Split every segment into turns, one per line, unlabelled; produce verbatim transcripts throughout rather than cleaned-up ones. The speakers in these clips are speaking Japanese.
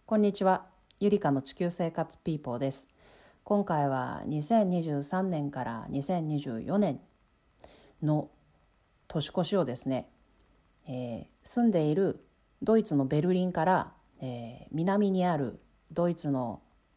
こんにちは。ゆりかの地球生活ピーポーです。今回はにせんにじゅうさんねんからにせんにじゅうよねんの年越しをですね、えー、住んでいるドイツのベルリンから、えー、南にあるドイツの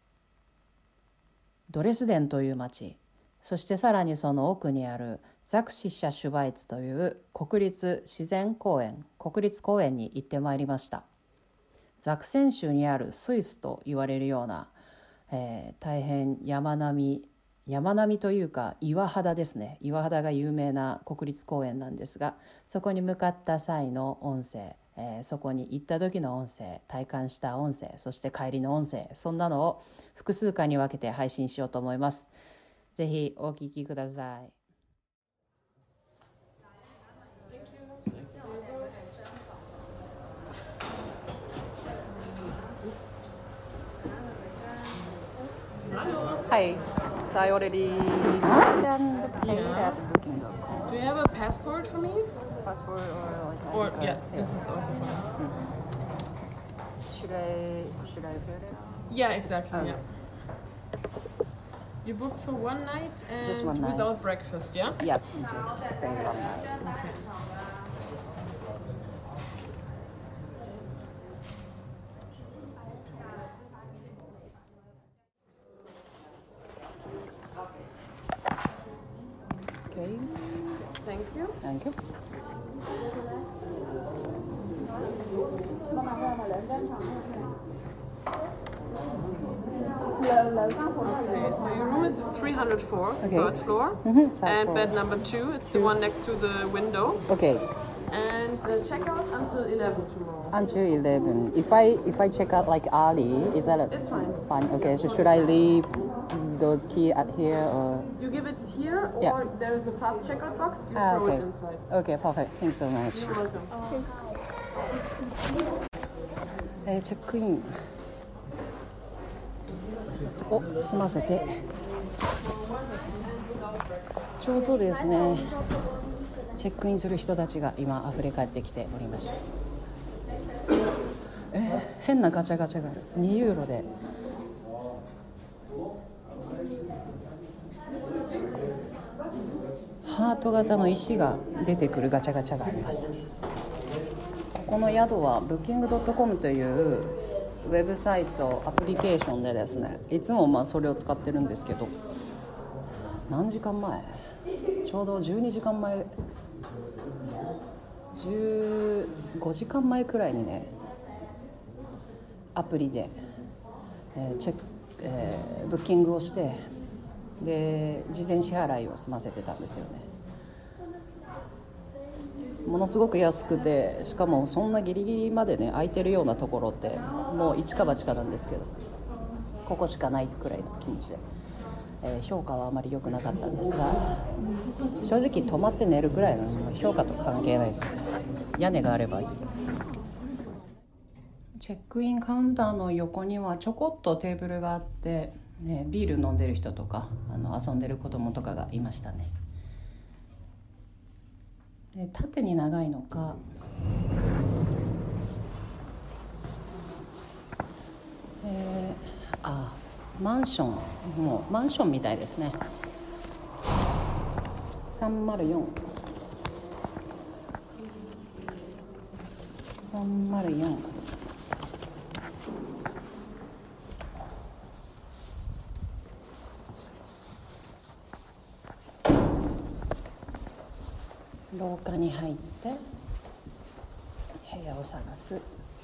ドレスデンという町、そしてさらにその奥にあるザクシッシャ・シュバイツという国立自然公園、国立公園に行ってまいりました。ザクセン州にあるスイスと言われるような、えー、大変山並み山並みというか岩肌ですね。岩肌が有名な国立公園なんですが、そこに向かった際の音声、えー、そこに行った時の音声、体感した音声、そして帰りの音声、そんなのを複数回に分けて配信しようと思います。ぜひお聞きください。Hi, so I already done the paid
Yeah.
at booking dot com.
Do you have a passport for me?
Passport or like
Or
I D
yeah,
card?
this is also fine.
Should I should I fill it out?
Yeah, exactly.
Okay.
Yeah. You booked for one night and
Just one night.
without breakfast, yeah?
Yes, just stay one night.
Okay.
Okay,
Thank you.
thank you.
Okay, so your room is three hundred four,
Okay.
third floor.
Mm-hmm, third
And
floor.
bed number two, it's the one next to the window.
Okay,
And uh, check out until eleven tomorrow.
until eleven. If I if I check out like early, is that a,
It's fine.
fine? Okay, so should I leave those key at here or?
You give it here, or
Yeah.
there is a fast checkout box, you
Ah,
throw
okay.
it inside.
Okay, perfect. Thanks so much.
You're welcome.
えーチェックインを済ませて、ちょうどですね、チェックインする人たちが今あふれ返ってきておりました。えー変なガチャガチャがある。にユーロでハート型の石が出てくるガチャガチャがありました。この宿はブッキングドットコムというウェブサイトアプリケーションでですね、いつもまあそれを使ってるんですけど、何時間前、ちょうどじゅうにじかんまえ、じゅうごじかんまえくらいにね、アプリで、えーチェック、えーブッキングをして、で事前支払いを済ませてたんですよね。ものすごく安くて、しかもそんなギリギリまでね空いてるようなところってもう一か八かなんですけど、ここしかないくらいの気持ちで、えー評価はあまり良くなかったんですが、正直泊まって寝るくらいの評価と関係ないですよね。屋根があればいい。チェックインカウンターの横にはちょこっとテーブルがあって、ね、ビール飲んでる人とかあの遊んでる子供とかがいましたね。で縦に長いのか、えー、あマンション、もうマンションみたいですね。さんまるよん さんまるよん廊下に入って部屋を探す。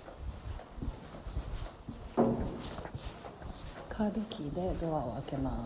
カードキーでドアを開けます。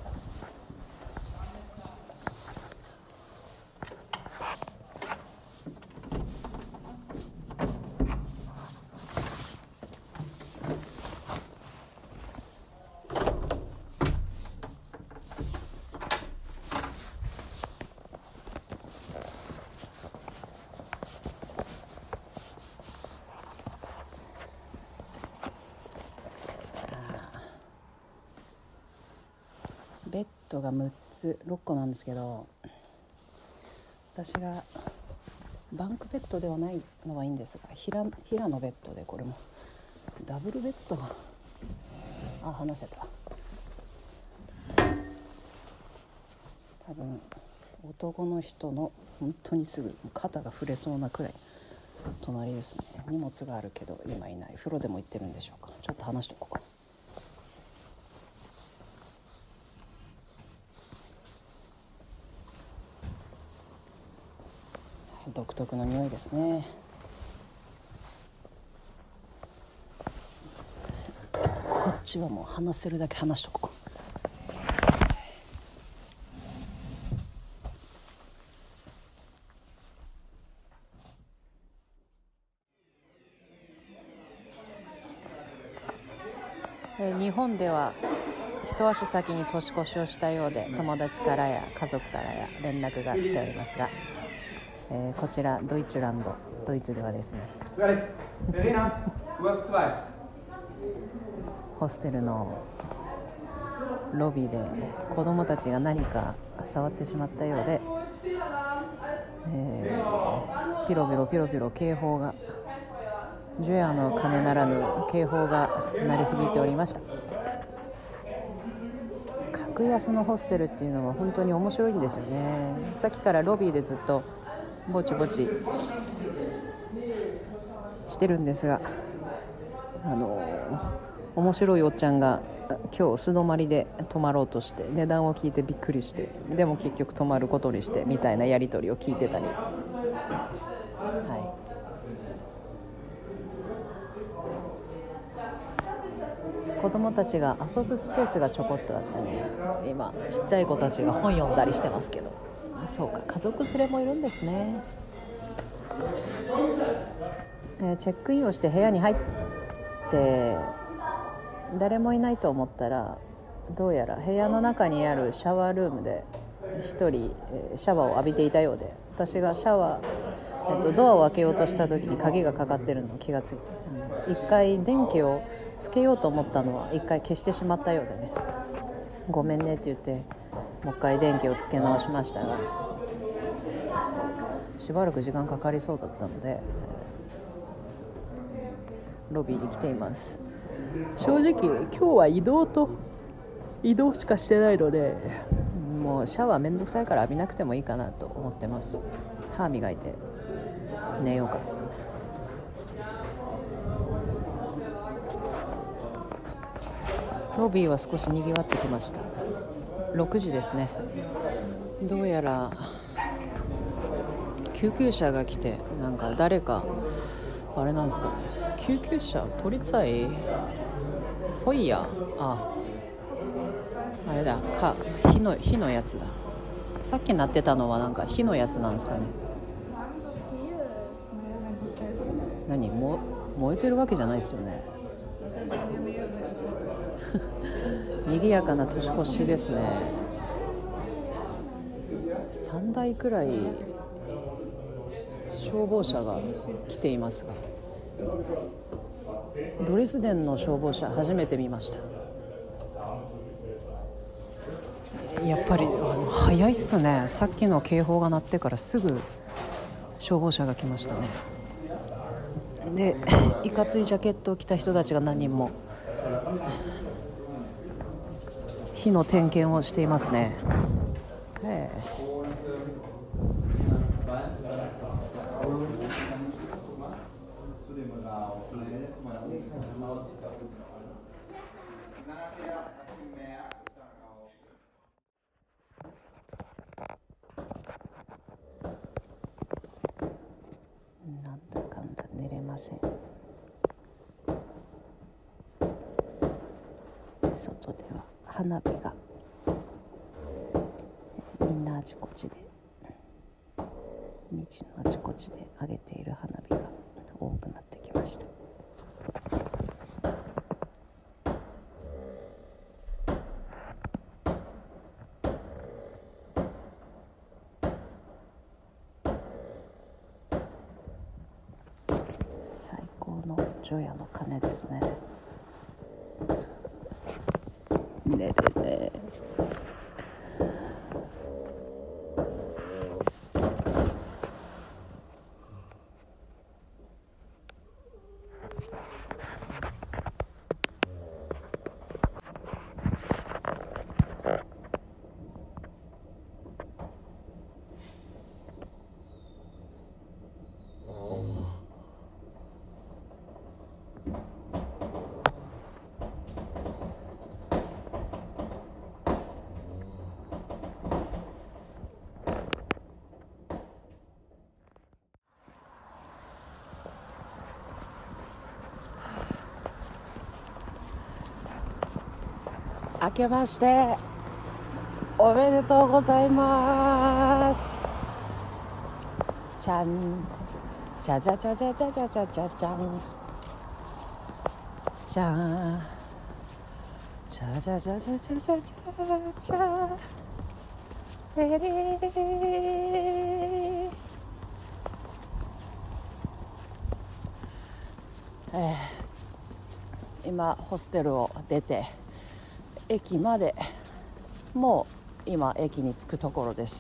ベッドがむっつろっこなんですけど、私がバンクベッドではないのはいいんですが、平、平のベッドでこれもダブルベッドがあ離せた。多分男の人の本当にすぐ肩が触れそうなくらい隣ですね。荷物があるけど今いない。風呂でも行ってるんでしょうか。ちょっと話しとこう。独特の匂いですね。こっちはもう話せるだけ話しとこう。えー、日本では一足先に年越しをしたようで、友達からや家族からや連絡が来ておりますが、えー、こちらドイツランド、ドイツではですね、ホステルのロビーで子供たちが何か触ってしまったようで、えー、ピロピロピロピロ警報が、除夜の鐘ならぬ警報が鳴り響いておりました。格安のホステルっていうのは本当に面白いんですよね。さっきからロビーでずっとぼちぼちしてるんですが、あの面白いおっちゃんが今日素泊まりで泊まろうとして、値段を聞いてびっくりして、でも結局泊まることにしてみたいなやり取りを聞いてたり、はい、子供たちが遊ぶスペースがちょこっとあってね、今ちっちゃい子たちが本読んだりしてますけど、そうか、家族連れもいるんですね。えー、チェックインをして部屋に入って誰もいないと思ったら、どうやら部屋の中にあるシャワールームで一人、えー、シャワーを浴びていたようで、私がシャワー、えっと、ドアを開けようとした時に鍵がかかってるのを気がついて、あの一回電気をつけようと思ったのは一回消してしまったようでね、ごめんねって言ってもう一回電気をつけ直しましたが、しばらく時間かかりそうだったのでロビーに来ています。正直今日は移動と移動しかしてないので、もうシャワーめんどくさいから浴びなくてもいいかなと思ってます。歯磨いて寝ようか。ロビーは少し賑わってきました。ろくじですね。どうやら救急車が来て、なんか誰かあれなんですかね、救急車、ポリツァイ、フォイヤー、ああれだか、火の火のやつだ。さっき鳴ってたのはなんか火のやつなんですかね。何も燃えてるわけじゃないですよね。賑やかな年越しですね。さんだいくらい消防車が来ていますが、ドレスデンの消防車初めて見ました。やっぱりあの早いっすね。さっきの警報が鳴ってからすぐ消防車が来ましたね。で、いかついジャケットを着た人たちが何人も火の点検をしていますね。へえ。なんだかんだ寝れません。外では花火がみんなあちこちで、道のあちこちで上げている花火が多くなってきました。最高の除夜の鐘ですね。寝るね。 明けましておめでとうございます。ちゃんちゃちゃちゃちゃちゃちゃちゃちゃちゃんちゃんちゃちゃちゃちゃちゃちゃちゃちゃえーえー、今ホステルを出て駅までもう今駅に着くところです。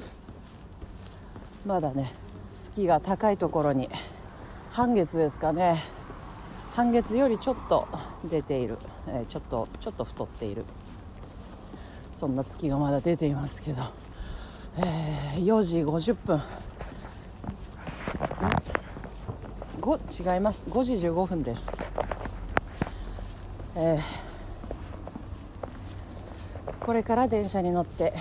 まだね月が高いところに半月ですかね、半月よりちょっと出ている、えー、ちょっとちょっと太っている、そんな月がまだ出ていますけど、えー、よじごじゅっぷんご違いますごじじゅうごふんです。えー、これから電車に乗って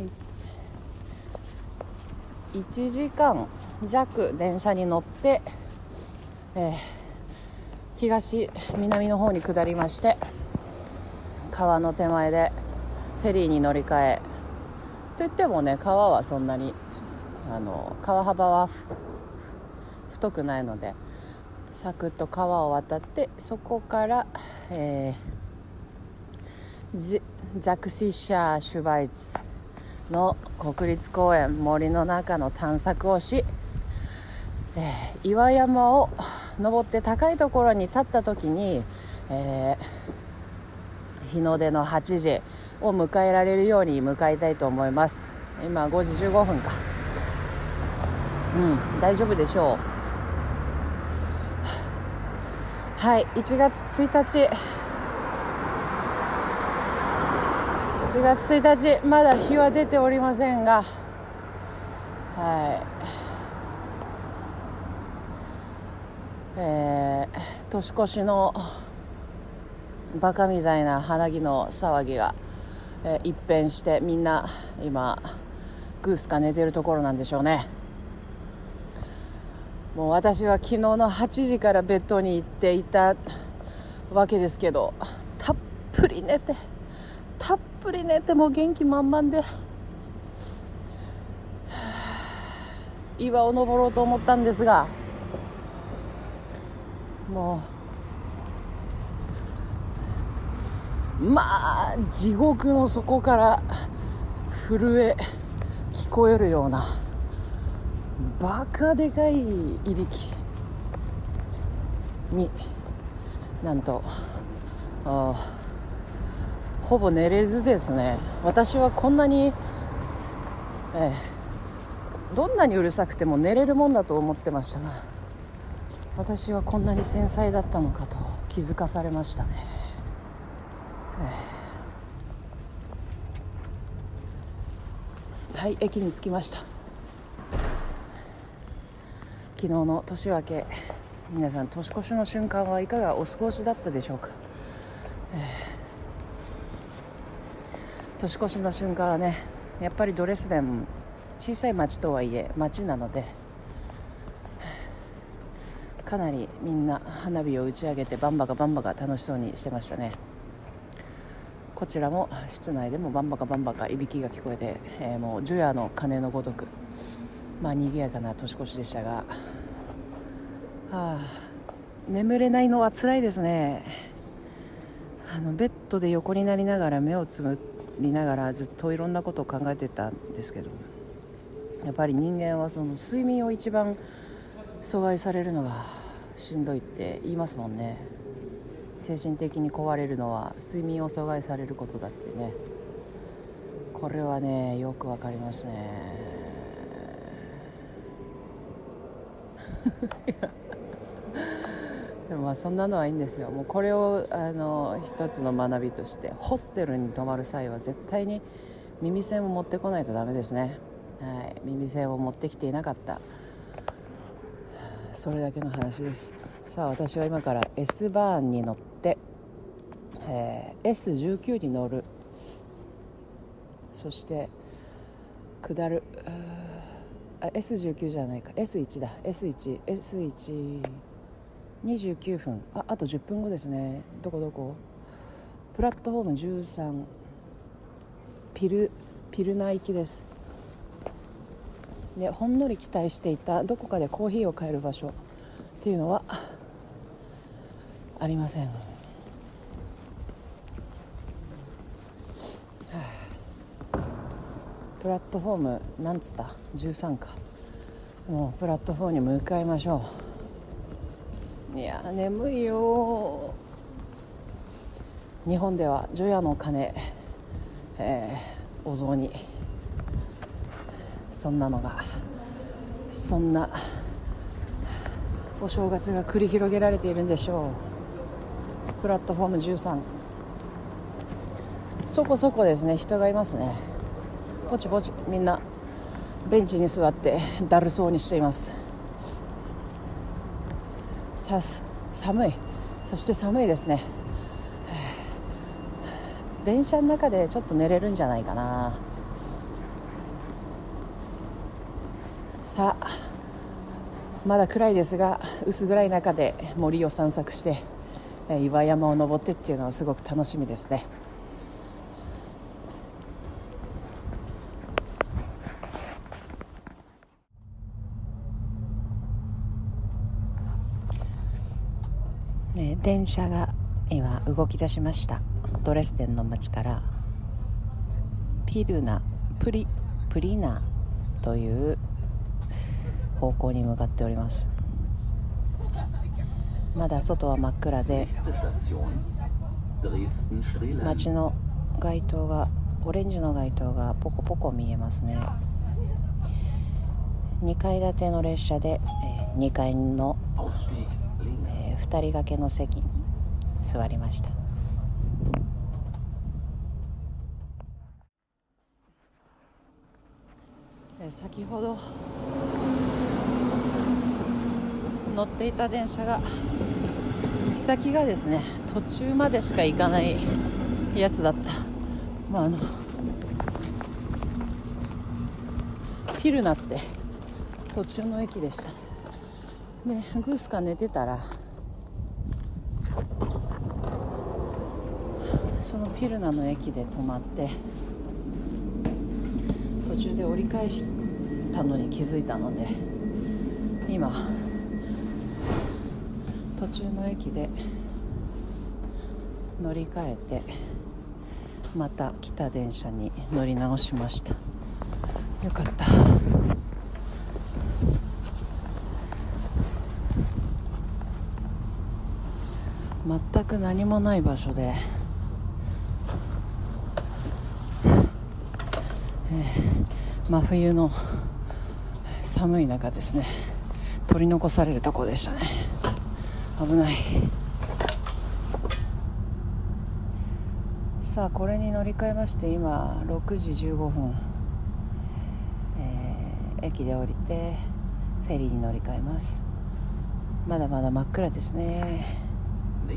いちじかん弱電車に乗って、えー、東南の方に下りまして、川の手前でフェリーに乗り換えといってもね、川はそんなにあの川幅は太くないのでサクッと川を渡って、そこから、えー、ザクシッシャーシュバイツの国立公園、森の中の探索をし、えー、岩山を登って高いところに立った時に、えー、日の出のはちじを迎えられるように向かいたいと思います。今ごじじゅうごふんか、うん大丈夫でしょう。はい、いちがつついたちいちがつついたちまだ日は出ておりませんが、はい、えー、年越しのバカみたいな花火の騒ぎが、えー、一変して、みんな今グースか寝てるところなんでしょうね。もう私は昨日のはちじからベッドに行っていたわけですけど、たっぷり寝てたっぷり寝てもう元気満々で岩を登ろうと思ったんですが、もうまあ地獄の底から震え聞こえるようなバカでかいいびきに、なんとほぼ寝れずですね。私はこんなに、えー、どんなにうるさくても寝れるもんだと思ってましたが、私はこんなに繊細だったのかと気づかされましたね。えー、はい、駅に着きました。昨日の年明け、皆さん年越しの瞬間はいかがお過ごしだったでしょうか。えー、年越しの瞬間はね、やっぱりドレスデン小さい町とはいえ町なので、かなりみんな花火を打ち上げてバンバカバンバカ楽しそうにしてましたね。こちらも室内でもバンバカバンバカいびきが聞こえて、えー、もう除夜の鐘のごとく、まあ賑やかな年越しでしたが、はあ、眠れないのは辛いですね。あのベッドで横になりながら目をつむりながらずっといろんなことを考えてたんですけど、やっぱり人間はその睡眠を一番阻害されるのがしんどいって言いますもんね。精神的に壊れるのは睡眠を阻害されることだってね。これはねよくわかりますね。でもまあそんなのはいいんですよ。もうこれをあの一つの学びとして、ホステルに泊まる際は絶対に耳栓を持ってこないとダメですね。はい、耳栓を持ってきていなかった、それだけの話です。さあ私は今から S バーンに乗って、えー、エスじゅうきゅう に乗る。そして下る。あ エスじゅうきゅう じゃないか エスワン だ エスワン エスワン にじゅうきゅうふん、ああとじゅっぷんごですね。どこどこプラットフォームじゅうさんピルピルナ行きです。で、ほんのり期待していたどこかでコーヒーを買える場所っていうのはありません。はあ、プラットフォームなんつったじゅうさんか。もうプラットフォームに向かいましょう。いや眠いよ。日本では除夜の鐘、えー、お雑煮、そんなのがそんなお正月が繰り広げられているんでしょう。プラットフォームじゅうさん、そこそこですね、人がいますね。ぼちぼちみんなベンチに座ってだるそうにしています。さす寒い、そして寒いですね。電車の中でちょっと寝れるんじゃないかな。さあまだ暗いですが、薄暗い中で森を散策して岩山を登ってっていうのはすごく楽しみですね。ね、電車が今動き出しました。ドレスデンの街からピルナプリプリナという方向に向かっております。まだ外は真っ暗で、街の街灯がオレンジの街灯がポコポコ見えますね。にかい建ての列車で、えー、にかいの、えー、ふたり掛けの席に座りました。えー、先ほど乗っていた電車が行き先がですね、途中までしか行かないやつだった。まああのピルナって途中の駅でした。でグースカ寝てたら、そのピルナの駅で止まって途中で折り返したのに気づいたので、今途中の駅で乗り換えてまた来た電車に乗り直しました。よかった。全く何もない場所で、えー、真冬の寒い中ですね、取り残されるところでしたね。危ない。さあこれに乗り換えまして、今ろくじじゅうごふん、えー、駅で降りてフェリーに乗り換えます。まだまだ真っ暗ですね。はい、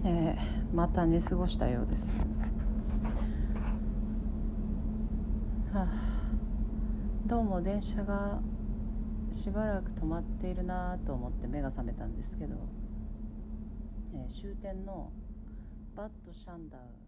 えー、また寝過ごしたようです。はあ、どうも電車がしばらく止まっているなと思って目が覚めたんですけど、えー、終点のバッドシャンダウ